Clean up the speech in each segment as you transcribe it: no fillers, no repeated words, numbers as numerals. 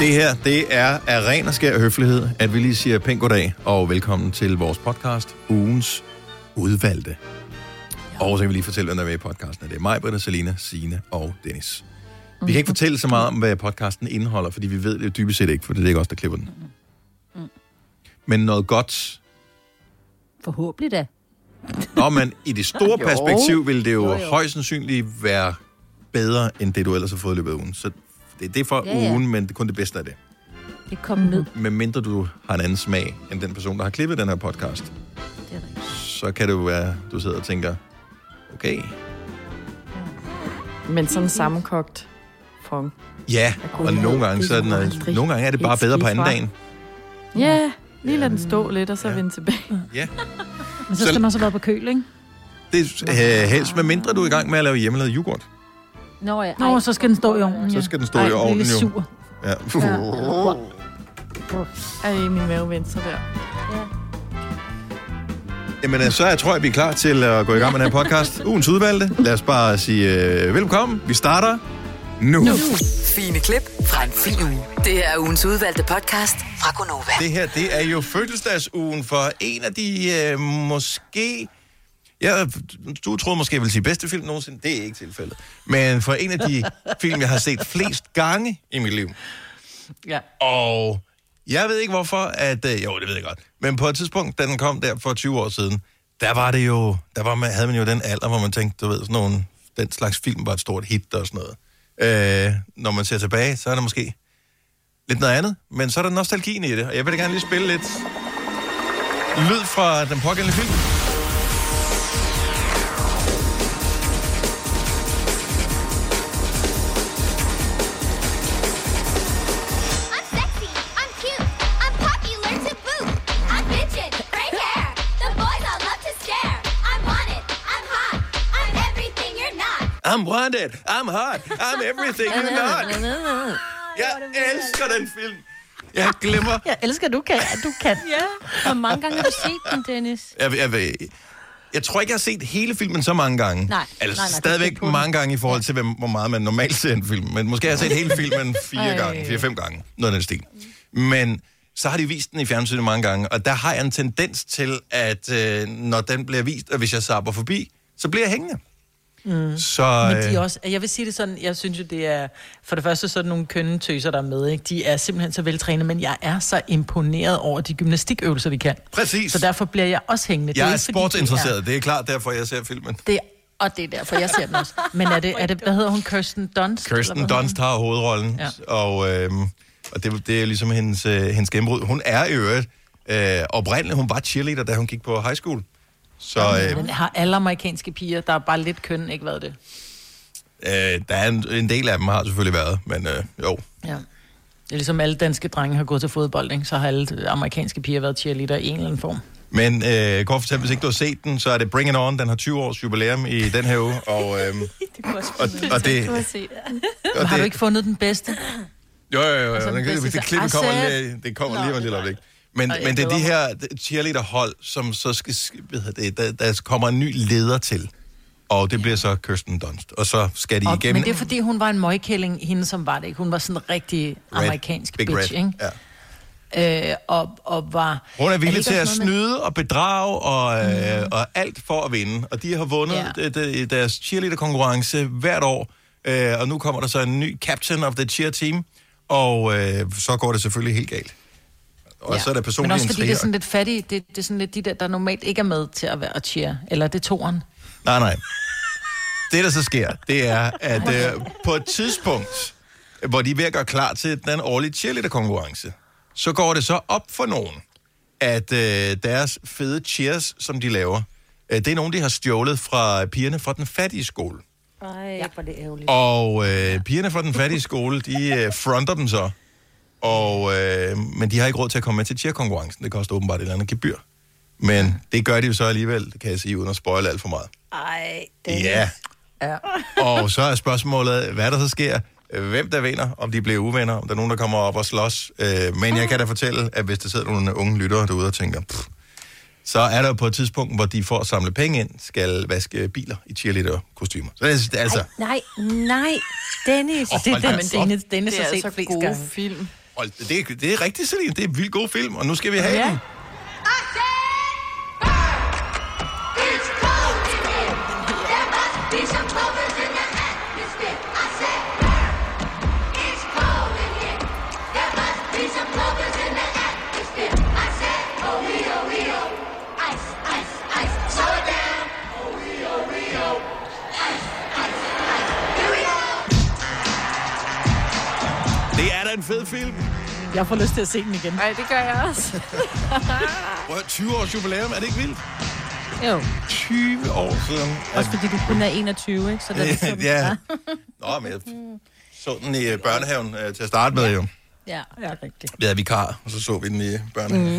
Det her, det er af ren og skær høflighed, at vi lige siger pænt goddag og velkommen til vores podcast, Ugens Udvalgte. Og så kan vi lige fortælle, hvem der er med i podcasten. Det er mig, Britta, Selina, Signe og Dennis. Vi kan ikke fortælle så meget om, hvad podcasten indeholder, fordi vi ved det dybest set ikke, for det er ikke os, der klipper den. Men noget godt. Forhåbentlig da. Nå, men i det store perspektiv vil det jo højst sandsynligt være bedre, end det du ellers har fået i løbet af ugen. Så det er for ugen, men det er kun det bedste af det. Det kommer ned. Men mindre du har en anden smag, end den person, der har klippet den her podcast. Det er rigtigt. Så kan det jo være, du sidder og tænker, okay. Men sådan sammenkogt fong. Ja, og nogle gange, nogle gange er det bare bedre på anden dagen. Ja, lige lad den stå lidt, og så vende tilbage. Ja. Men så skal den også have været på køl, ikke? Det er helst med mindre, du er i gang med at lave hjemmelavet yoghurt. Nå ja. Nå, så skal den stå i ovnen. Så skal den stå i ovnen jo. Sur. Ja. Ej, min mave venstre der. Ja. Jamen, så jeg tror jeg, vi er klar til at gå i gang med den her podcast. Ugens udvalgte. Lad os bare sige velkommen. Vi starter nu. Fine klip fra en fin uge. Det her er ugens udvalgte podcast fra Gonova. Det her, det er jo fødselsdagsugen for en af de måske... Ja, du troede måske, jeg ville sige bedste film nogensinde. Det er ikke tilfældet. Men for en af de film, jeg har set flest gange i mit liv. Ja. Og jeg ved ikke hvorfor, at... jo, det ved jeg godt. Men på et tidspunkt, da den kom der for 20 år siden, der var det jo... havde man jo den alder, hvor man tænkte, du ved, sådan nogle... Den slags film var et stort hit og sådan noget. Når man ser tilbage, så er det måske lidt noget andet. Men så er der nostalgien i det. Og jeg vil da gerne lige spille lidt lyd fra den pågældende film. I'm wanted, I'm hot, I'm everything you're not. Jeg elsker den film. Jeg glemmer. Jeg elsker, at du kan. Ja. Hvor mange gange har du set den, Dennis? Jeg tror ikke, jeg har set hele filmen så mange gange. Nej. Stadigvæk mange gange i forhold til, hvor meget man normalt ser en film. Men måske har jeg set hele filmen 4-5 gange. Noget af den stil. Men så har de vist den i fjernsynet mange gange. Og der har jeg en tendens til, at når den bliver vist, og hvis jeg zapper forbi, så bliver jeg hængende. Så, men de også, jeg vil sige det sådan, jeg synes jo, det er, for det første sådan nogle kønnetøser, der er med, ikke? De er simpelthen så veltrænet, men jeg er så imponeret over de gymnastikøvelser, de kan. Præcis. Så derfor bliver jeg også hængende. Jeg er sportsinteresseret, det er klart derfor, jeg ser filmen. Og det er derfor, jeg ser den også. Men er det hvad hedder hun, Kirsten Dunst? Kirsten Dunst har hovedrollen, og det er ligesom hendes gennembrud. Hun er i øvrigt, oprindeligt, hun var cheerleader, da hun gik på high school. Så, men har alle amerikanske piger, der er bare lidt køn, ikke været det? Der er en del af dem har selvfølgelig været, men jo. Ja. Det er ligesom alle danske drenge har gået til fodbold, ikke? Så har alle amerikanske piger været cheerleader i en eller anden form. Men kort fortalt, hvis ikke du har set den, så er det Bring It On. Den har 20 års jubilæum i den her uge. Og har du ikke fundet den bedste? Jo. Det klippet kommer det kommer lige om et lille øjeblik. Men det er de her cheerleader-hold, som så skal, der kommer en ny leder til. Og det bliver så Kirsten Dunst. Og så skal de igennem... Men det er fordi, hun var en møgkælling, hende som var det, ikke? Hun var sådan en rigtig amerikansk bitch, ikke? Ja. Og var... Hun er villig til at snyde og bedrage og alt for at vinde. Og de har vundet deres cheerleader-konkurrence hvert år. Og nu kommer der så en ny captain of the cheer team. Og så går det selvfølgelig helt galt. Og så er der personligt. Men også fordi det er sådan lidt fattige, det er sådan lidt de der normalt ikke er med til at være cheer. Eller det er toren. Nej. Det, der så sker, det er, at på et tidspunkt, hvor de er ved at gøre klar til den årlige cheerleader-konkurrence, så går det så op for nogen, at deres fede cheers, som de laver, det er nogen, de har stjålet fra pigerne fra den fattige skole. Ej, hvor det ærgerligt. Og pigerne fra den fattige skole, de fronter dem så. Men de har ikke råd til at komme med til cheer-konkurrencen. Det koster åbenbart et eller andet gebyr. Men det gør de jo så alligevel, det kan jeg sige, uden at spoile alt for meget. Ej, det ja. Og så er spørgsmålet, hvad der så sker. Hvem der vinder, om de bliver uvenner, om der er nogen, der kommer op og slås. Men jeg kan da fortælle, at hvis der sidder nogle unge lyttere derude og tænker, så er der på et tidspunkt, hvor de får at samle penge ind, skal vaske biler i cheerleader-kostymer. Så det er altså... Nej, Dennis. Dennis har set flest gange. Film. Og det er rigtigt, Selina. Det er en vildt god film, og nu skal vi have den. Det er da en fed film. Jeg får lyst til at se den igen. Nej, det gør jeg også. Prøv 20 års jubilæum, er det ikke vildt? Jo. 20 år siden. Også fordi du kun er 21, ikke? Så det er sådan, Ja. Nå, men jeg så den i børnehaven til at starte med, jo. Ja, det er rigtigt. Vi havde vikar, og så vi den i børnehaven.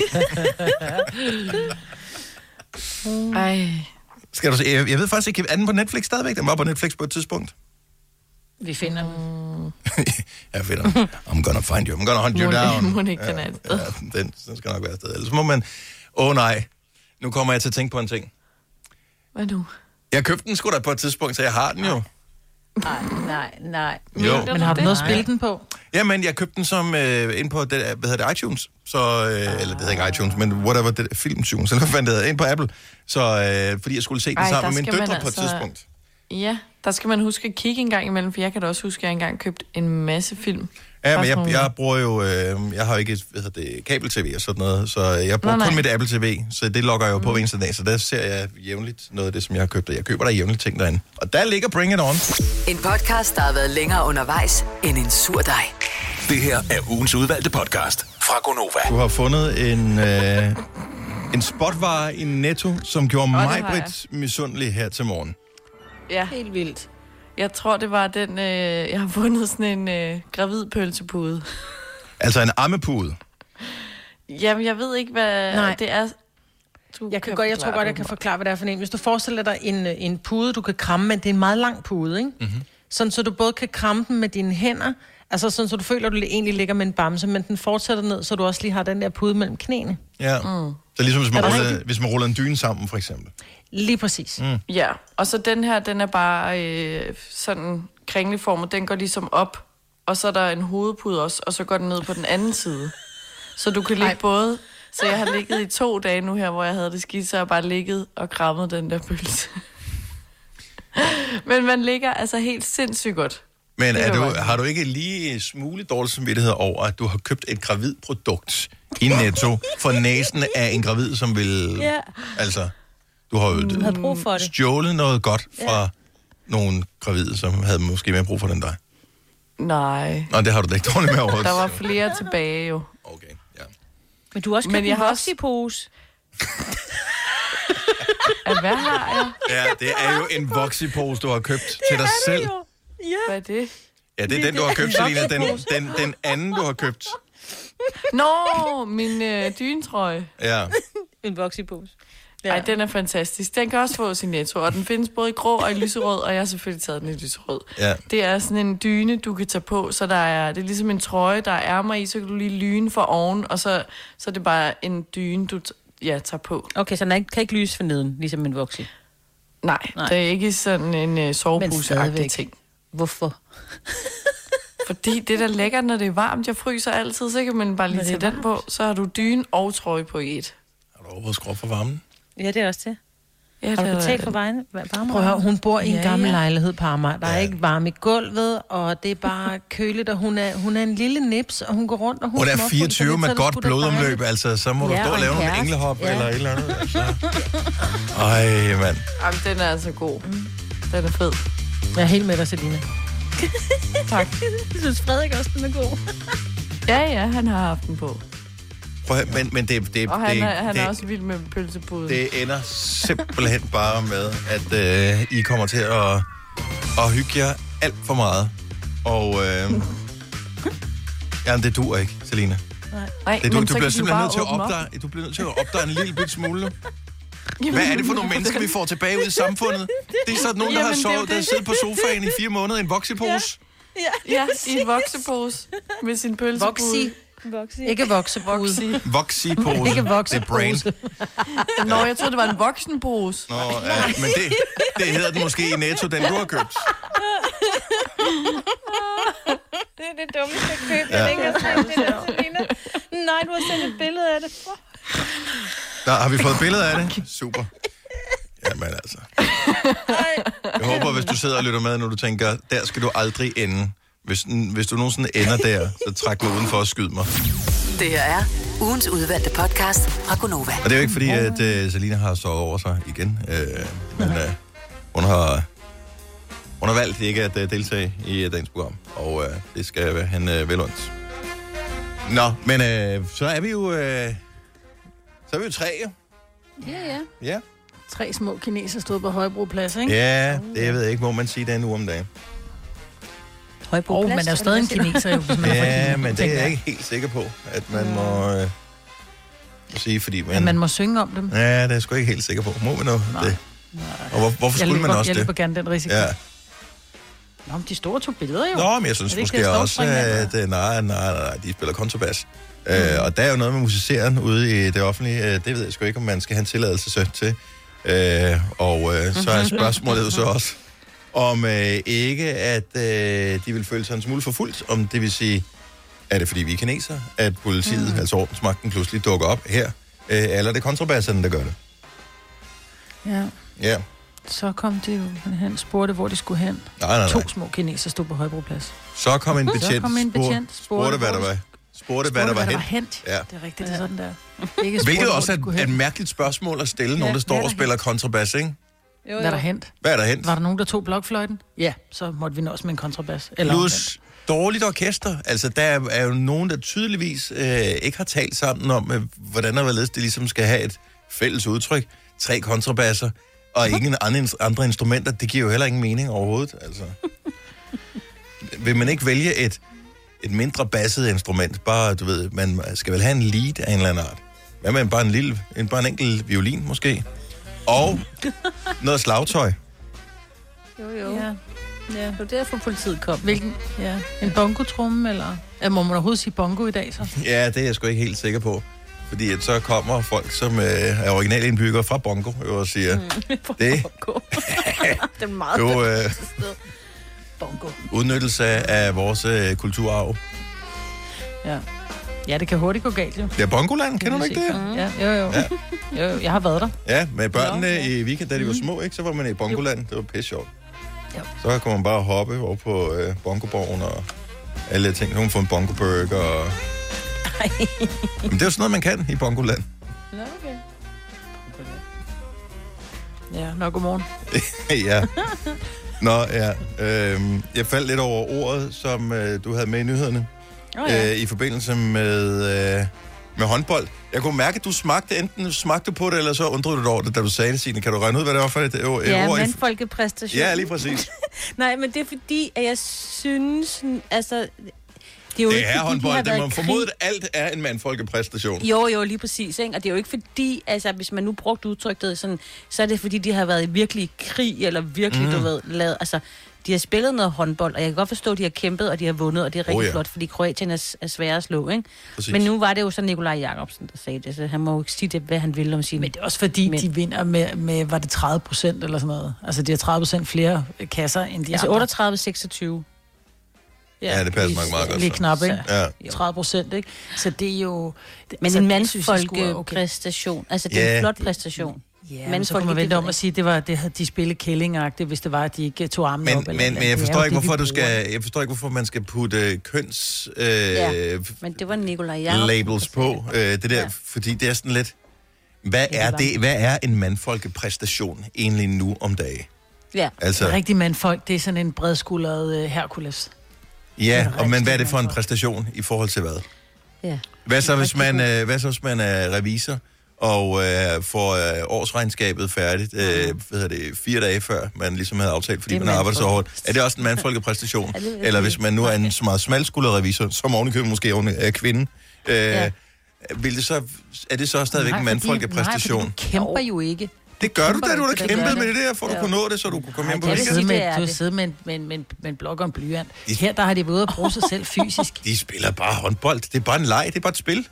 Ej. Skal du se? Jeg ved faktisk ikke, er den på Netflix stadigvæk? Den var på Netflix på et tidspunkt. Vi finder den. Jeg finder den. I'm gonna find you. I'm gonna hunt you down. Må ikke den er et sted. Ja, den skal nok være et sted. Ellers må man... nej. Nu kommer jeg til at tænke på en ting. Hvad nu? Jeg købte den sgu da på et tidspunkt, så jeg har den jo. Nej. Jo. Men har du noget at spille den på? Jamen, jeg købte den som ind på det, hvad hedder det, iTunes. Så, eller det hedder ikke iTunes, men whatever, det Filmtunes, eller hvad fanden det hedder, ind på Apple. Så, fordi jeg skulle se den sammen med mine døtre på et tidspunkt. Ja, der skal man huske at kigge en gang imellem, for jeg kan da også huske, at jeg engang købt en masse film. Ja, men jeg bruger jo, jeg har jo ikke, kabel-tv og sådan noget, så jeg bruger kun mit Apple TV, så det logger jeg jo på hver eneste dag, så der ser jeg jævnligt noget af det, som jeg har købt, og jeg køber der jævnligt ting derinde. Og der ligger Bring It On. En podcast, der har været længere undervejs end en sur dej. Det her er ugens udvalgte podcast fra Gonova. Du har fundet en spotvare i Netto, som gjorde mig, Britt, misundelig her til morgen. Ja. Helt vildt. Jeg tror, det var den, jeg har fundet sådan en gravid pølsepude. Altså en ammepude. Jamen, jeg ved ikke, hvad det er. Jeg tror godt, jeg kan forklare, hvad det er for en. Hvis du forestiller dig en pude, du kan kramme, men det er en meget lang pude, ikke? Mm-hmm. Sådan, så du både kan kramme den med dine hænder, altså sådan, så du føler, at du egentlig ligger med en bamse, men den fortsætter ned, så du også lige har den der pude mellem knæene. Ja. Så ligesom hvis man ruller en dyne sammen, for eksempel. Lige præcis. Ja, og så den her, den er bare sådan kringleformet. Den går ligesom op, og så er der en hovedpude også, og så går den ned på den anden side. Så du kan ligge både... Så jeg har ligget i 2 dage nu her, hvor jeg havde det skidt, så jeg bare ligget og krammet den der pølse. Men man ligger altså helt sindssygt godt. Men har du ikke lige smule dårlig samvittighed over, at du har købt et gravidprodukt i Netto for næsen af en gravid, som vil... Ja. Altså, du har jo brug for det. Stjålet noget godt fra nogle gravide, som havde måske mere brug for den dig. Nej. Nå, det har du da ikke dårligt med overhovedet. Der var flere tilbage jo. Okay, ja. Men du har også købt en voksipose. Hvad har jeg? Ja, det er jo en voksipose, du har købt til dig selv. Ja. Hvad er det? Ja, det er den, du har købt, Selina. Den anden, du har købt. Nå, min dynetrøje. Ja. En voksipose. Ej, den er fantastisk. Den kan også fås i Netto, og den findes både i grå og i lyserød, og jeg har selvfølgelig taget den i lyserød. Ja. Det er sådan en dyne, du kan tage på, så det er ligesom en trøje, der er ærmer i, så kan du lige lyne for oven, og så er det bare en dyne, du tager på. Okay, så den kan ikke lyse for neden, ligesom en voksi? Nej, det er ikke sådan en sovepose-agtig ting. Hvorfor? Fordi det der lækker, når det er varmt. Jeg fryser altid, så kan man bare lige tage den på. Så har du dyne og trøje på i et. Har du overhovedet skruet for varmen? Ja, det er også det. Ja, har du betalt for varme? Prøv at høre, hun bor i en gammel lejlighed på Amager. Der er ikke varme i gulvet, og det er bare køligt, og hun er en lille nips, og hun går rundt, og hun er 24 med godt blodomløb, altså så må du stå og lave nogle englehop eller et eller andet. Altså. Ej, mand. Jamen, den er altså god. Den er fed. Jeg er helt med dig, Selina. Tak. Jeg synes, Frederik også, den er god. Ja, han har haft den på. Men det og han er også vild med pølsepuden. Det ender simpelthen bare med, at I kommer til at hygge jer alt for meget. Og jamen, det duer ikke, Selina. Nej, du bliver simpelthen nødt til at opdage, du bliver nødt til at opdage en lille bit smule. Hvad er det for nogle mennesker, vi får tilbage ud i samfundet? Det er sådan nogen, der har sovet, der sidder på sofaen i 4 måneder i en voksepose. Ja, i en voksepose med sin pølsepude. Ikke voksepose. Voksipose. Ikke voksepose. Nå, jeg troede, det var en voksenpose. Nå, ja, men det hedder den måske i Netto, den du har købt. det dummeste køb, jeg ikke har sagt det der, Selina. Nej, du har sendt et billede af det. Nå, har vi fået et billede af det? Super. Jamen altså. Jeg håber, hvis du sidder og lytter med, når du tænker, der skal du aldrig ende. Hvis du nogensinde ender der, så træk mig udenfor og skyd mig. Det her er ugens udvalgte podcast fra Gonova. Og det er jo ikke fordi, at Selina har sovet over sig igen. Men hun har valgt ikke at deltage i dagens program. Og det skal være hende vel ondt. Nå, men så er vi jo... så er vi jo 3, jo. Ja. 3 små kineser stod på Højbroplads, ikke? Ja, det ved jeg ikke, må man sige det nu om dagen. Man er jo stadig en kineser, jo, hvis man er fra Kina. Ja, men det er jeg ikke helt sikker på, at man må sige, fordi... Man må synge om dem. Ja, det er jeg sgu ikke helt sikker på. Må vi nu det? Og hvorfor skulle man også jeg det? løber gerne den risiko. Ja. Nå, men de store tog billeder jo. Nå, men jeg synes måske også, at nej, de spiller kontrabas. Og der er jo noget med musiceren ude i det offentlige. Det ved jeg sgu ikke, om man skal have en tilladelse til. Så er spørgsmålet jo så også, om ikke, at de vil føle sig en smule forfulgt, om det vil sige, er det fordi vi er kineser, at politiet, altså ordensmagten, pludselig dukker op her, eller er det kontrabasserne, der gør det? Ja. Så kom de jo hen, spurgte, hvor de skulle hen. Nej. 2 små kineser stod på Højbroplads. Så kom en betjent, spurgte, hvad der var. Spurgte, hvad der var hent. Ja. Det er rigtigt, det er sådan der. Hvilket også er et mærkeligt spørgsmål at stille, nogen der står og spiller kontrabas, ikke? Jo. Hvad er der hent? Hvad er der hent? Var der nogen, der tog blokfløjten? Ja, så måtte vi nøjes med en kontrabas. Plus dårligt orkester. Altså, der er jo nogen, der tydeligvis ikke har talt sammen om, hvordan og hvorledes det ligesom skal have et fælles udtryk. 3 kontrabasser og ingen andre instrumenter. Det giver jo heller ingen mening overhovedet. Altså. Vil man ikke vælge et mindre basset instrument? Bare, du ved, man skal vel have en lead af en eller anden art. Hvad med bare en enkelt violin måske? Og noget slagtøj. Jo. Ja. Det var derfor politiet kom. Hvilken? Ja. En bongotromme, eller? Må man overhovedet sige bongo i dag, så? Ja, det er jeg sgu ikke helt sikker på. Fordi at så kommer folk, som er originale indbyggere fra Bongo, og siger, det Bongo. Det er meget sted. Bongo. Udnyttelse af vores kulturarv. Ja, det kan hurtigt gå galt, jo. Ja, Bongoland, kender du ikke det? Ja, jo. Jo, jeg har været der. Ja, med børnene i weekend, da de var små, ikke? Så var man i Bongoland. Det var pisse sjovt. Så kan man bare hoppe over på Bongoborgen og alle ting. Så kan man få en bongoburger og... Men det er jo sådan noget, man kan i Bongoland. Nå, okay. Ja, godmorgen. Ja. Nå, ja. Jeg faldt lidt over ordet, som du havde med i nyhederne. I forbindelse med håndbold. Jeg kunne mærke, at du smagte på det, eller så undrede du dig over det, da du sagde det, Signe. Kan du regne ud, hvad det var for et ord? Ja, mandfolkepræstation. Ja, lige præcis. Nej, men det er fordi, at jeg synes, altså... Det er håndbold, det må formode, at alt er en mandfolkepræstation. Jo, lige præcis, ikke? Og det er jo ikke fordi, altså hvis man nu brugte udtrykket sådan, så er det fordi, de har været i virkelig krig, eller virkelig, du ved, lavet, altså, de har spillet noget håndbold, og jeg kan godt forstå, at de har kæmpet, og de har vundet, og det er rigtig flot, fordi Kroatien er svære at slå, ikke? Præcis. Men nu var det jo så Nikolaj Jakobsen, der sagde det, så han må jo ikke sige det, hvad han ville om sine... Men det er også fordi, de vinder med var det 30% eller sådan noget? Altså, de har 30% flere kasser, end de andre. 38-26. Ja, det passer nok meget godt. Lige knap, ikke? Ja. 30%, ikke? Så det er jo... Men altså, en mandsfolkepræstation, altså det er en flot præstation. Ja, men så kunne man vente om at sige, det havde de spillet kællingagtigt, hvis det var, at de ikke tog armen op. Men jeg forstår ikke, hvorfor man skal putte køns... men det var Nikolaj Jakobsen. Labels på, det der, fordi det er sådan lidt... Hvad er en mandfolkepræstation egentlig nu om dagen? Ja. Altså, rigtig mandfolk, det er sådan en bredskuldret Herkules. Ja, men hvad er det for en præstation i forhold til hvad? Ja. Hvad så, hvis man er revisor og får årsregnskabet færdigt 4 dage før man ligesom havde aftalt, fordi man arbejder så hårdt? Er det også en mandfolkepræstation? Eller hvis man nu er en meget smalskuldret revisor, som ovenikøbet måske er kvinde, er det så stadigvæk en mandfolkepræstation? Nej, fordi du kæmper jo ikke. Det gør du da, du har kæmpet med det der, for at du kunne nå det, så du kunne komme hjem på weekend. Du har siddet med en blok og en blyant. Her, der har de været ude at bruge sig selv fysisk. De spiller bare håndbold. Det er bare en leg, det er bare et spil.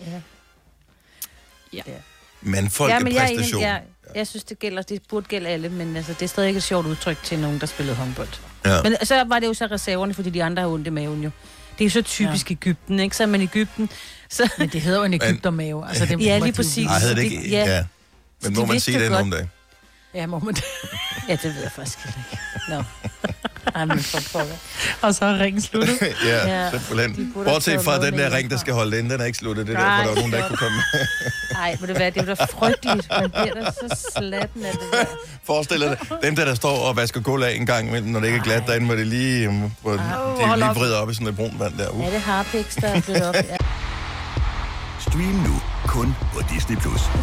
Ja. Mandfolkepræstation. Jeg synes, det burde gælde alle, men altså, det er stadig ikke et sjovt udtryk til nogen, der spillede håndbold. Ja. Men så var det jo så reserverne, fordi de andre har ondt i maven jo. Det er så typisk Egypten, ikke? Så er man i Egypten. Så... Men det hedder jo en egyptermave. Altså, det ja, lige præcis. Nej, hedder det ikke? Ja. Men må man sige det nogle dage? Ja, må man det? Ja, det ved jeg faktisk ikke. Nå. Ej, men for pokker. Og så er ringen sluttet. Ja, simpelthen. Bortset fra den der ring, der skal holde inde, den er ikke sluttet. Det er derfor, der var nogen, der ikke kunne komme. Nej, må det være, det er jo da frygteligt. Man bliver da så slatten af det der. Forestil dig det. Dem der står og vasker gulv af en gang imellem, når det ikke er glat derinde, hvor det lige, vrider op i sådan et brun vand der. Ja, det er harpiks, der er blevet op. Ja. Stream nu kun på Disney+.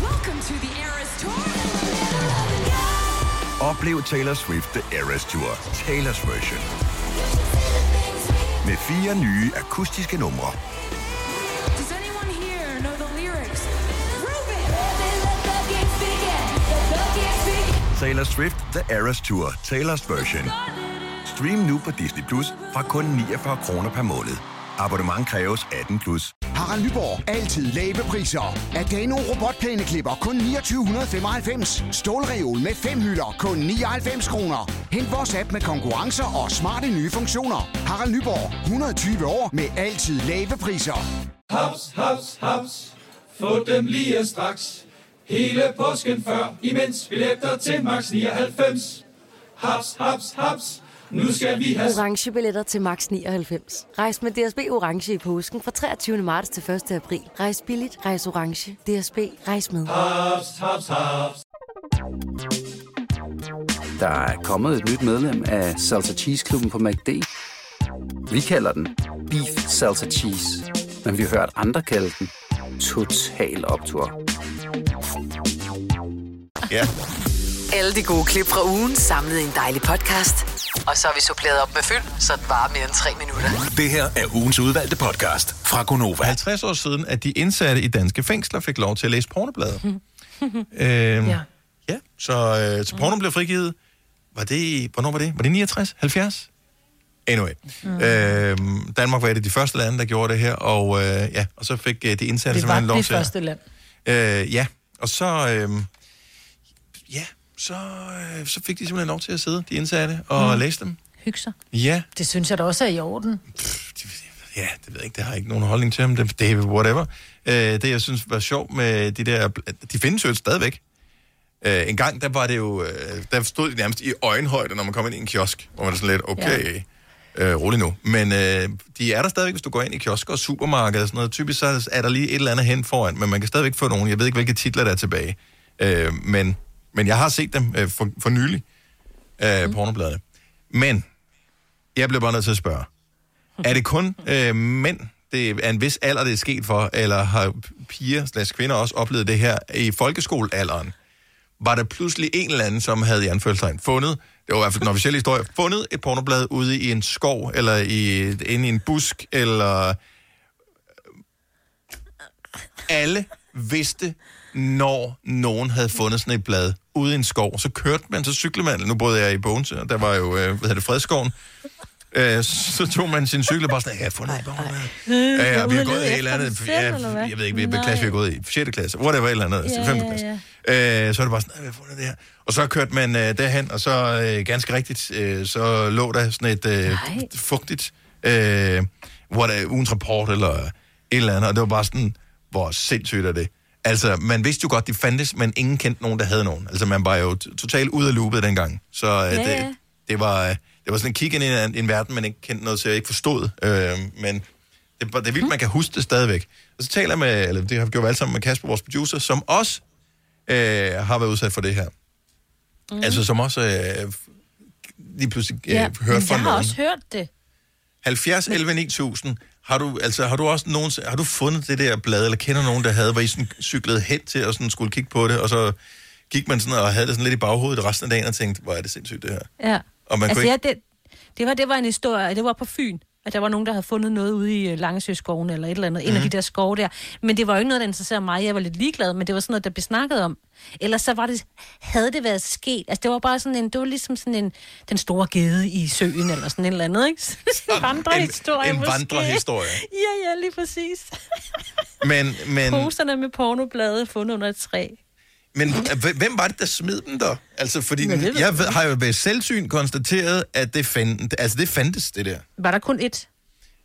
Oplev Taylor Swift The Eras Tour, Taylor's version. Med 4 nye akustiske numre. Taylor Swift The Eras Tour, Taylor's version. Stream nu på Disney+ fra kun 49 kroner per måned. Abonnement kræves 18+. Harald Nyborg. Altid lave priser. Adano robotplæneklipper kun 2995. Stålreol med 5 hylder kun 99 kroner. Hent vores app med konkurrencer og smarte nye funktioner. Harald Nyborg. 120 år med altid lave priser. Haps, haps, haps. Få dem lige straks. Hele påsken før, imens billetter til max 99. Haps, haps, haps. Nu skal vi have orange billetter til max 99. Rejs med DSB orange i påsken fra 23. marts til 1. april. Rejs billigt, rejs orange. DSB, rejs med. haps, haps, haps. Der er kommet et nyt medlem af Salsa Cheese Klubben på McD. Vi kalder den Beef Salsa Cheese, men vi har hørt andre kalde den Total Optur. Ja. Alle de gode klip fra ugen samlet i en dejlig podcast. Og så har vi suppleret op med fyld, så det varer mere end 3 minutter. Det her er ugens udvalgte podcast fra Gonova. 50 år siden, at de indsatte i danske fængsler fik lov til at læse pornoblader. Ja, så porno blev frigivet. Hvornår var det? Var det 69? 70? Anyway. Danmark var et af de første lande, der gjorde det her, og og så fik de indsatte simpelthen lov til... Det var det første land. Og så... Så fik de simpelthen lov til at sidde, de indsatte, og læse dem. Hygge sig. Ja. Det synes jeg da også er i orden. Det ved jeg ikke. Det har jeg ikke nogen holdning til ham. Det er whatever. Det, jeg synes var sjovt med de der... De findes jo stadigvæk. En gang, der var det jo... Der stod de nærmest i øjenhøjde, når man kom ind i en kiosk, hvor man er sådan lidt, okay, rolig nu. Men de er der stadigvæk, hvis du går ind i kiosker og supermarkeder og sådan noget. Typisk så er der lige et eller andet hen foran, men man kan stadigvæk få nogen. Jeg ved ikke, hvilke titler der er tilbage. Men jeg har set dem for nylig, pornobladene. Men jeg bliver bare nødt til at spørge. Er det kun mænd, det er en vis alder, det er sket for, eller har piger/kvinder også oplevet det her i folkeskolealderen? Var der pludselig en eller anden, som havde i anførselstegn fundet, det var i hvert fald en officiel historie, fundet et pornoblad ude i en skov, eller inde i en busk, eller... Alle vidste, når nogen havde fundet sådan et blad ude i en skov, så kørte man, så cyklede man, nu boede jeg i Bogense, og der var jo, Fredskoven, så tog man sin cykel og bare sådan, jeg har fundet et pornoblad. Vi har gået i et eller andet, jeg ved ikke, hvilken klasse vi har gået i, 6. klasse, whatever, et eller andet, 5. klasse. Så er det bare sådan, jeg har fundet det her. Og så kørte man derhen, og så ganske rigtigt, så lå der sådan et fugtigt, ugens rapport, eller et eller andet, og det var bare sådan, hvor sindssygt er det. Altså, man vidste jo godt, de fandtes, men ingen kendte nogen, der havde nogen. Altså, man var jo totalt ude af loopet dengang. Så det var sådan en kig ind i en verden, man ikke kendte noget til, jeg ikke forstod. Men det er vildt, man kan huske det stadigvæk. Og så taler jeg med, eller det har vi gjort alle sammen med Kasper, vores producer, som også har været udsat for det her. Altså, som også lige pludselig hørt fra nogen. Jeg har også hørt det. 70, 11, 9000. Har du fundet det der blad, eller kender nogen, der havde, hvor I sådan cyklede hen til og sådan skulle kigge på det, og så gik man sådan og havde det sådan lidt i baghovedet resten af dagen og tænkte, hvor er det sindssygt det her. Ja. Og man kunne ikke... det var en historie, det var på Fyn, at der var nogen, der havde fundet noget ude i Langesøskoven eller et eller andet, en af de der skove der. Men det var jo ikke noget, der interesserede mig. Jeg var lidt ligeglad, men det var sådan noget, der blev snakket om. Ellers så havde det været sket. Altså det var bare sådan det var ligesom sådan den store gede i søen, eller sådan et eller andet, ikke? En vandrehistorie. En vandrehistorie. Ja, lige præcis. Men... Poserne med pornoblade fundet under et træ. Men hvem var det, der smed dem der? Altså, fordi har jo ved selvsyn konstateret, at det fandtes, det der. Var der kun ét?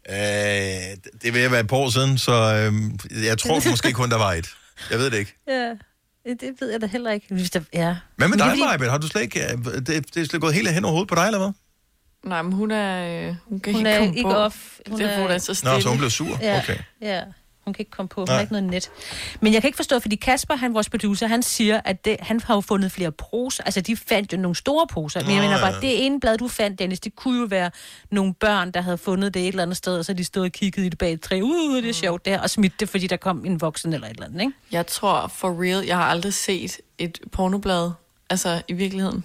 Det vil være et par år siden, så jeg tror måske kun, der var et. Jeg ved det ikke. Ja, det ved jeg da heller ikke. Hvis der, ja. Hvad med dig, Majbet? Har du slet ikke... Det er slet gået helt hen over hovedet på dig, eller hvad? Nej, men hun kan Hun ikke er komme ikke på. off. Hun er så stille. Nå, så hun blev sur? Ja, Okay. ja. Hun kan ikke komme på. Hun har ikke noget net. Men jeg kan ikke forstå, fordi Kasper, vores producer, han siger, at han har jo fundet flere poser. Altså, de fandt jo nogle store poser. Men jeg mener bare, det ene blad, du fandt, Dennis, det kunne jo være nogle børn, der havde fundet det et eller andet sted, og så de stod og kiggede i det bag et træ. Det er sjovt der, og smidt det, fordi der kom en voksen eller et eller andet, ikke? Jeg tror, for real, jeg har aldrig set et pornoblad, altså i virkeligheden.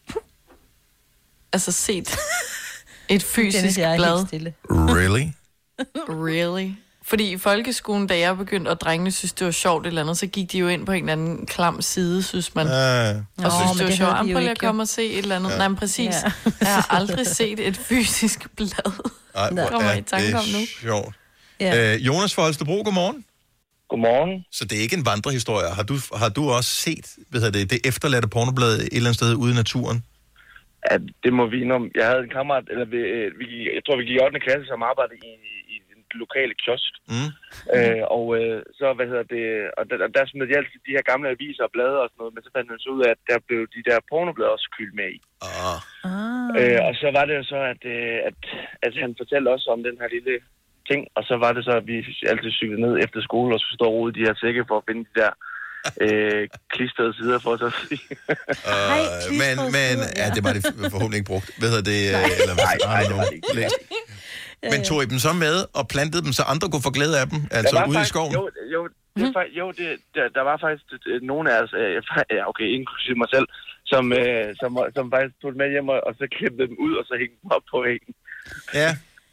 Altså set et fysisk blad. Really? Really? Fordi i folkeskolen, da jeg begyndte, og drengene synes, det var sjovt eller andet, så gik de jo ind på en eller anden klam side, synes man. Og synes, det var sjovt. Prøv lige at komme og se et eller andet. Ja. Nej, men præcis. Ja. Jeg har aldrig set et fysisk blad. Ej, hvor er det sjovt. Ja. Jonas fra Holstebro, godmorgen. Godmorgen. Så det er ikke en vandrehistorie. Har du også set det efterladte pornoblad et eller andet sted ude i naturen? Ja, det må vi indom. Jeg havde en kammerat, eller jeg tror, vi gik i 8. klasse, som arbejdede i den lokale kiosk. Og så, og der smed de altid de her gamle aviser og blade og sådan noget, men så fandt man så ud af, at der blev de der pornoblade også kyldt med i. Og så var det jo så, at han fortalte også om den her lille ting, og så var det så, at vi altid cyklede ned efter skole og skulle stå og rode de her sække for at finde de der klistrede sider for os at sige. Men ja, det var det forhåbentlig ikke brugt. Ved det? Eller nej, det var det ikke. Men tog I dem så med og plantede dem, så andre kunne få glæde af dem? Altså ude i skoven? Der var faktisk nogle af os, okay, inklusive mig selv, som faktisk tog dem med hjem, og så klippede dem ud, og så hængte dem op på væggen. Ja.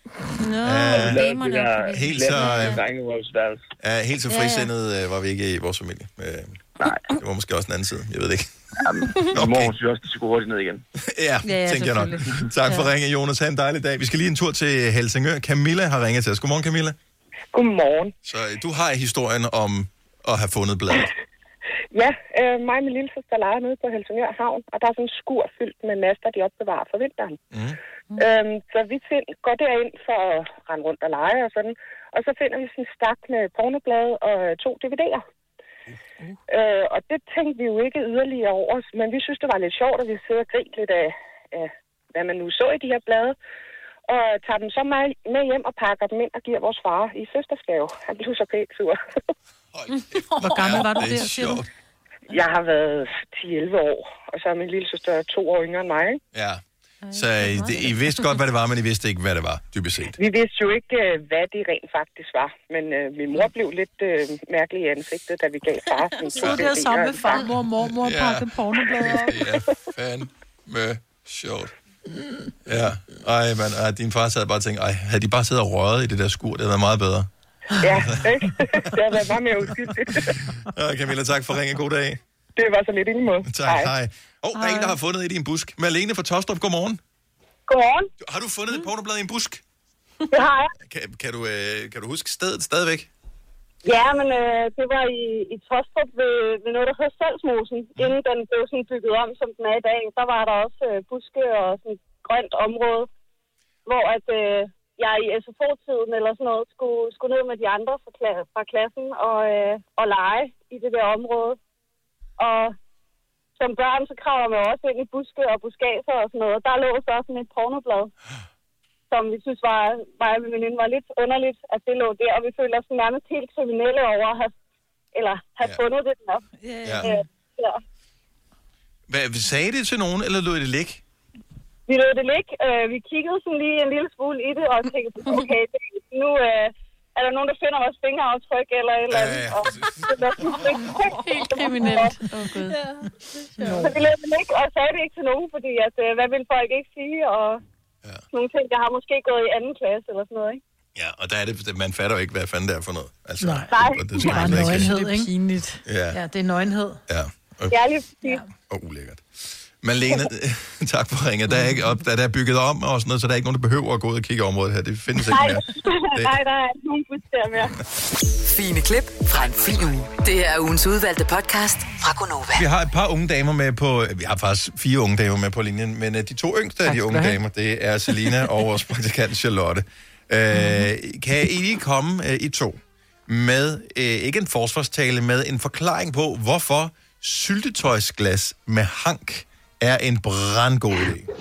Helt så frisindet var vi ikke i vores familie. Nej. Det var måske også en anden side, jeg ved det ikke. Morgen synes også, det skulle hurtigt ned igen. Ja, tænker jeg nok. Tak for ringe, Jonas. Ha' en dejlig dag. Vi skal lige en tur til Helsingør. Camilla har ringet til os. Godmorgen, Camilla. Godmorgen. Så du har historien om at have fundet bladet. Ja, mig og min lille søster leger nede på Helsingør Havn, og der er sådan en skur fyldt med master, de opbevarer for vinteren. Så vi går derind for at rende rundt og lege og sådan, og så finder vi sådan en stak med pornoblade og 2 DVD'er. Og det tænkte vi jo ikke yderligere over, men vi synes, det var lidt sjovt, at vi sidder og griner lidt af, hvad man nu så i de her blade, og tager dem så med hjem og pakker dem ind og giver vores far i fødselsdagsgave. Han blev så pænt sur. Hvor gammel var du der, siger du? Jeg har været 10-11 år, og så er min lille søster 2 år yngre end mig, ikke? Ja. Så I vidste godt, hvad det var, men I vidste ikke, hvad det var, dybest set. Vi vidste jo ikke, hvad det rent faktisk var. Men min mor blev lidt mærkelig i ansigtet, da vi gav far sådan 2 Så det er sammen med farmor og mormor og pakke pornoblader op. Det er fandme sjovt. Ja. Ej, man, din far sad bare og tænkte, havde de bare siddet og røget i det der skur, det havde været meget bedre. Ja, ikke? Det har været meget mere uskyldigt. Camilla, tak for ringen. God dag. Det var så lidt inde mod. Tak, hej. Der er en, der har fundet et i en busk. Malene fra Tostrup, godmorgen. Godmorgen. Har du fundet et pornoblad i en busk? Det har jeg. Kan du huske stedet stadigvæk? Ja, men det var i Tostrup ved noget, der hedder Salsmosen. Inden den blev sådan bygget om, som den er i dag, der var der også buske og sådan et grønt område, hvor at jeg i SFO-tiden eller sådan noget skulle ned med de andre fra klassen og lege i det der område. Og som børn, så kravler man også ind i buske og buskager og sådan noget. Der lå så sådan et pornoblad, som vi synes var med veninde var lidt underligt, at det lå der. Og vi føler os nærmest helt kriminelle over at have fundet det der. Hvad, sagde det til nogen, eller lod det ligge? Vi lod det ligge. Vi kiggede sådan lige en lille smule i det, og tænkte, okay, nu er der nogen, der finder vores fingeraftryk eller et eller andet. Og det var helt kriminelt. Gud. Så vi lod det ligge, og sagde det ikke til nogen, fordi hvad vil folk ikke sige, og nogle ting, der har måske gået i 2. klasse eller sådan noget, ikke? Ja, og der er det, man fatter jo ikke, hvad fanden det er for noget. Altså, nej, det er bare nøgenhed, ikke? Det er pinligt. Ja, det er nøgenhed. Ja. Ja, lige præcis. Og ulækkert. Malene, tak for ringet. Der er bygget om og sådan noget, så der er ikke nogen, der behøver at gå ud og kigge området her. Det findes ikke mere. Nej, der er ikke nogen budskab mere. Fine klip fra en fin uge. Det er ugens udvalgte podcast fra Gonova. Vi har et par unge damer med på... Vi har faktisk 4 unge damer med på linjen, men de 2 yngste af de unge damer, det er Selina og vores praktikant Charlotte. Kan I lige komme I to med, ikke en forsvarstale, med en forklaring på, hvorfor syltetøjsglas med hank er en brandgod idé?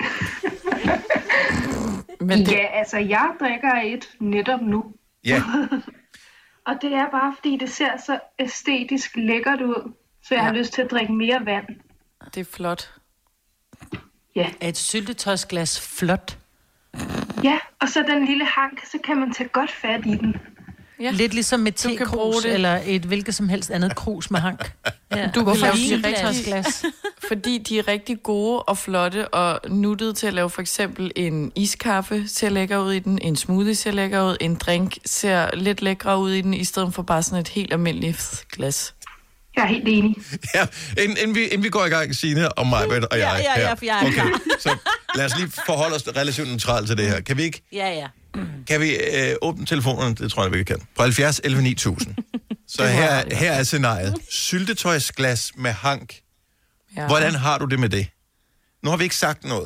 Men det... Ja, altså, jeg drikker et netop nu. Ja. Og det er bare, fordi det ser så æstetisk lækkert ud, så jeg har lyst til at drikke mere vand. Det er flot. Ja. Er et syltetøjsglas flot? Ja, og så den lille hank, så kan man tage godt fat i den. Ja. Lidt ligesom med tekrus eller et hvilket som helst andet krus med hank. Ja. Du kan lave de rigtig, fordi de er rigtig gode og flotte og nuttede til at lave for eksempel en iskaffe ser lækker ud i den, en smoothie ser lækker ud, en drink ser lidt lækre ud i den, i stedet for bare sådan et helt almindeligt glas. Jeg er helt enig. Ja, inden vi går i gang, Signe og mig og jeg. Ja, for jeg er klar. Så lad os lige forholde os relativt neutralt til det her. Kan vi ikke? Ja. Kan vi åbne telefonerne? Det tror jeg, vi kan. På 70 11 9000. Så her er scenariet. Syltetøjsglas med hank. Ja. Hvordan har du det med det? Nu har vi ikke sagt noget.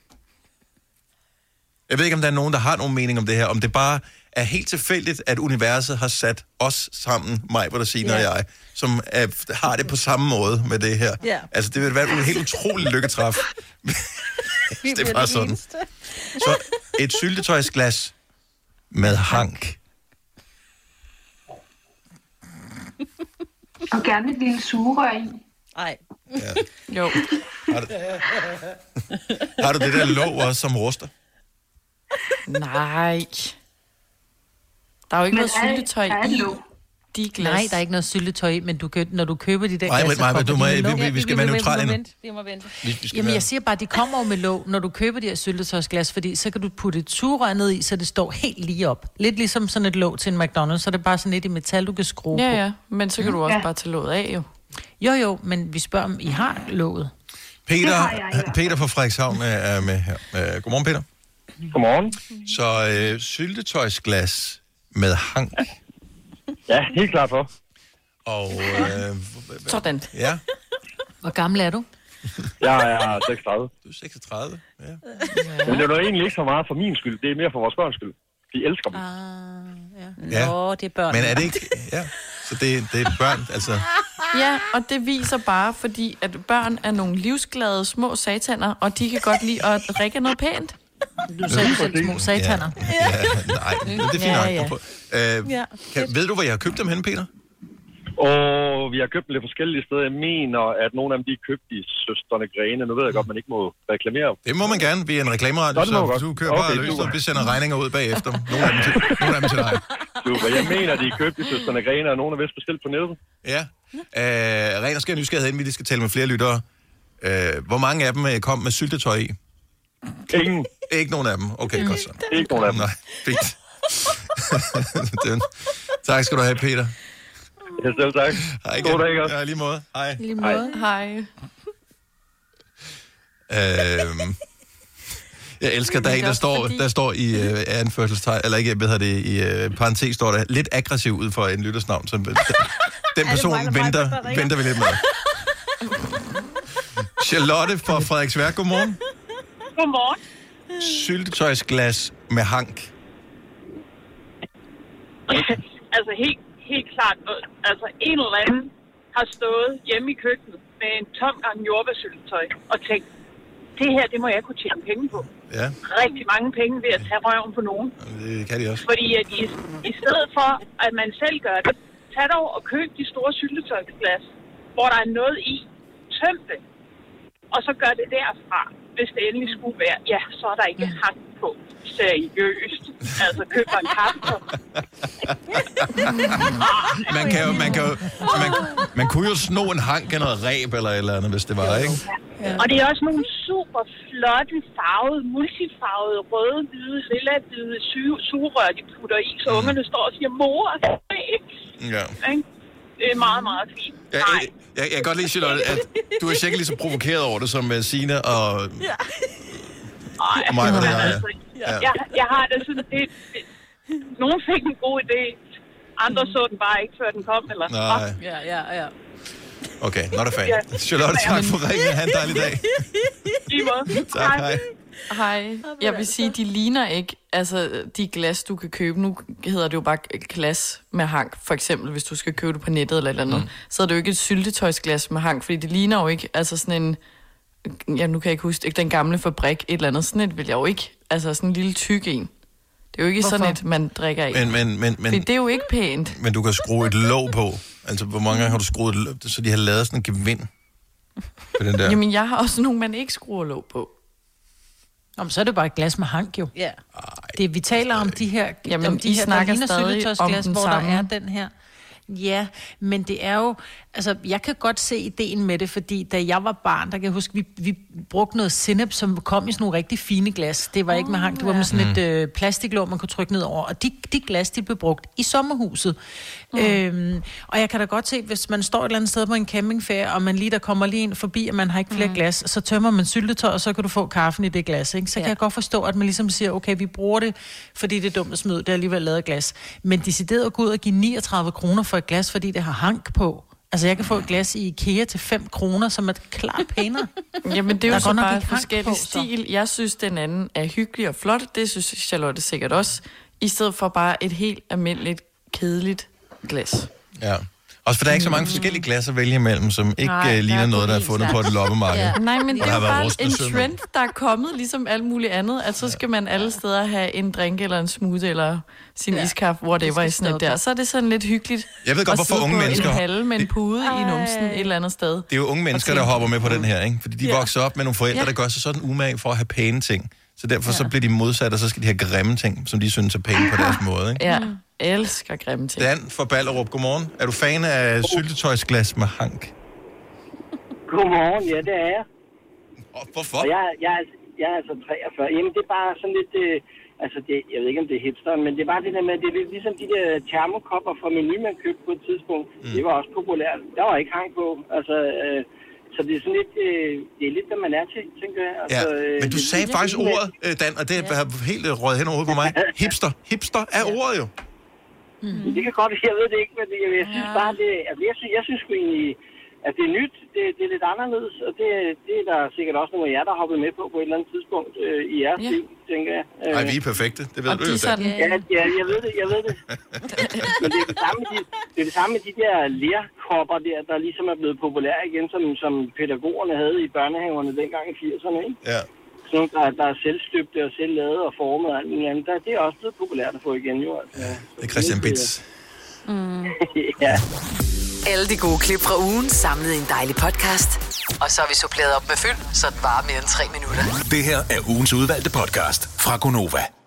Jeg ved ikke, om der er nogen, der har nogen mening om det her. Om det bare er helt tilfældigt, at universet har sat os sammen, mig, hvor der siger og jeg, som har det på samme måde med det her. Ja. Altså, det vil være en helt utrolig lykketræf. Det er bare sådan. Så et syltetøjsglas med hank. Og gerne et lille sugerør i. Nej. Ja. Jo. Har du det der låg også, som ruster? Nej. Der er jo ikke noget syltetøj i de glas. Nej, der er ikke noget syltetøj i, men når du køber de der glas, vi skal være neutrale nu. Jamen, jeg siger bare, de kommer jo med låg, når du køber de her syltetøjsglas, fordi så kan du putte et sugerør ned i, så det står helt lige op. Lidt ligesom sådan et låg til en McDonald's, så er det bare sådan lidt i metal, du kan skrue på. Ja, men så kan du også bare tage låget af, jo. Jo, men vi spørger, om I har låget. Peter fra Frederikshavn er med her. Godmorgen, Peter. Godmorgen. Så syltetøjsglas med hank. Ja, helt klart for. Og sådan. Ja. Hvor gammel er du? Jeg er 36. Du er 36, ja. Men det er jo egentlig ikke så meget for min skyld. Det er mere for vores børns skyld. De elsker dem. Ja. Nå, det er børn. Men er det ikke... Ja, så det er børn, altså... Ja, og det viser bare, fordi at børn er nogle livsglade små sataner, og de kan godt lide at drikke noget pænt. Du sagde selv små sataner. Nej, det er fint nok. Ved du, hvor jeg har købt dem henne, Peter? Og vi har købt dem lidt forskellige steder. Jeg mener, at nogle af dem, de er købt i Søstrene Grene. Nu ved jeg godt, man ikke må reklamere. Det må man gerne. Vi er en reklameradio, så du kører bare løs, og vi sender regninger ud bagefter. Nogle af dem til dig. Super. Jeg mener, de er købt i Søstrene Grene, og nogle er vist bestilt på nettet. Ja. Ren og skær nysgerrighed, inden vi skal tale med flere lyttere. Hvor mange af dem kom med syltetøj i? Ingen. Ikke nogen af dem? Okay, godt så. Ikke nogen af dem. Nej, fint. Tak skal du have, Peter. Ja, selv tak. Hej igen. God dag, også. Ja, lige måde. Hej. Lige måde. Hej. Jeg elsker, der er en, der står i anførselstegn, eller ikke, hvad hedder det, i parentes står der, lidt aggressiv ud for en lyttersnavn, så den person venter vi lidt med. Charlotte fra Frederiksværk, godmorgen. Godmorgen. Syltetøjsglas med hank. Altså helt klart, altså en eller anden har stået hjemme i køkkenet med en tom gang jordbærsyltetøj og tænkt, det her, det må jeg kunne tjene penge på. Ja. Rigtig mange penge ved at tage røven på nogen. Det kan de også. Fordi at i stedet for, at man selv gør det, tag dog og køb de store syltetøjsglas, hvor der er noget i, tøm det, og så gør det derfra, hvis det endelig skulle være. Ja, så er der ikke hank på. Seriøst. Altså, køb en kaffe. Man kunne jo sno en hank af noget ræb eller et eller andet, hvis det var, ikke? Ja. Og det er også nogle super flotte farvede, multifarvede, røde, hvide, lilla, hvide sugerør, de putter i, så ungerne står og siger, mor, ja. Det er meget, meget fint. Jeg kan godt lide, Charlotte, at du er sikkert lige så provokeret over det, som Signe og... Ja. Og mig, Jeg har det sådan, nogen fik en god idé, andre så den bare ikke, før den kom, eller... Nej. Ja. Okay, not a fan. Charlotte, tak for ringen. Ha' en dejlig dag. Lige måde. Tak, hej. Hej. Jeg vil sige, de ligner ikke, altså de glas, du kan købe. Nu hedder det jo bare glas med hank, for eksempel, hvis du skal købe det på nettet eller andet. Så er det jo ikke et syltetøjsglas med hank, fordi det ligner jo ikke, altså sådan en, ja, nu kan jeg ikke huske, den gamle fabrik, et eller andet, sådan et vil jeg jo ikke, altså sådan en lille tyk en. Det er jo ikke sådan et, man drikker af. Men fordi det er jo ikke pænt. Men du kan skrue et låg på. Altså, hvor mange gange har du skruet et låg, så de har lavet sådan en gevind på den der? Jamen, jeg har også nogle, man ikke skruer låg på. Om så er det bare et glas med hank, jo. Ja. Det vi taler om de her, jamen, om de her, snakker der ligner syltetøjsglas, hvor samme. der er den her. Ja, men det er jo, altså jeg kan godt se ideen med det, fordi da jeg var barn, der kan jeg huske, vi brugte noget sennep, som kom i sådan nogle rigtig fine glas. Det var ikke med hank, det var med sådan et plastiklåg, man kunne trykke ned over. Og de glas, de blev brugt i sommerhuset. Og jeg kan da godt se, hvis man står et eller andet sted på en campingferie, og man lige der kommer lige ind forbi, og man har ikke flere glas, så tømmer man syltetøj, og så kan du få kaffen i det glas, ikke? Så kan jeg godt forstå, at man ligesom siger, okay, vi bruger det, fordi det er dumt at smide, det er alligevel lavet af glas. Men decideret at gå ud og give 39 kroner for et glas, fordi det har hank på. Altså, jeg kan få et glas i IKEA til 5 kroner, som er klart pænere. Jamen, det er jo så bare forskellig stil. Jeg synes, den anden er hyggelig og flot. Det synes Charlotte sikkert også. I stedet for bare et helt almindeligt, kedeligt glas. Ja. Også for der er ikke så mange forskellige glas at vælge imellem, som ikke ligner noget, der er fundet på et loppemarked. Ja. Nej, men det er jo bare en søm. trend, der er kommet, ligesom alt muligt andet. At så skal man alle steder have en drink eller en smoothie eller sin iskaffe, whatever i sådan et der. Så er det sådan lidt hyggeligt. Jeg ved godt, hvorfor unge mennesker... en halve med en pude i numsen et eller andet sted. Det er jo unge mennesker, der hopper med på den her, ikke? Fordi de vokser op med nogle forældre, der gør sig sådan umage for at have pæne ting. Så derfor så bliver de modsat, og så skal de have grimme ting, som de synes er pæne på deres måde, ikke? Ja, elsker grimme ting. Dan fra Ballerup, godmorgen. Er du fan af syltetøjsglas med hank? Godmorgen, ja, det er jeg. Og hvorfor? Og jeg er altså 43. Jamen, det er bare sådan lidt... altså, jeg ved ikke, om det er hipster, men det er bare det der med, det er lidt ligesom de der termokopper fra Meny, man købte på et tidspunkt. Det var også populært. Der var ikke hank på. Altså... så det er sådan lidt, det er lidt, hvad man er til, tænker jeg. Altså, ja, men du sagde faktisk ordet, Dan, og det har helt røget hen over hovedet på mig. Hipster. Hipster er ordet jo. Det kan godt, jeg ved det ikke, men jeg synes bare, det, altså, jeg synes sgu egentlig, at det er nyt, det er lidt anderledes, og det er der sikkert også nogle af jer, der har hoppet med på et eller andet tidspunkt i jeres liv, tænker jeg. Nej, vi er perfekte, det ved du jo, Dan. Ja, jeg ved det. Men det er det samme med de der lerkopper der ligesom er blevet populære igen, som pædagogerne havde i børnehaverne dengang i 80'erne, ikke? Ja. Sådan nogle, der er selvstøbte og selvlavet og formet og alt muligt andet. Det er også blevet populært at få igen, jo. Altså. Det er Christian Bitz. Ja. Alle de gode klip fra ugen samlet i en dejlig podcast. Og så har vi suppleret op med fyld, så det varer mere end 3 minutter. Det her er ugens udvalgte podcast fra Gonova.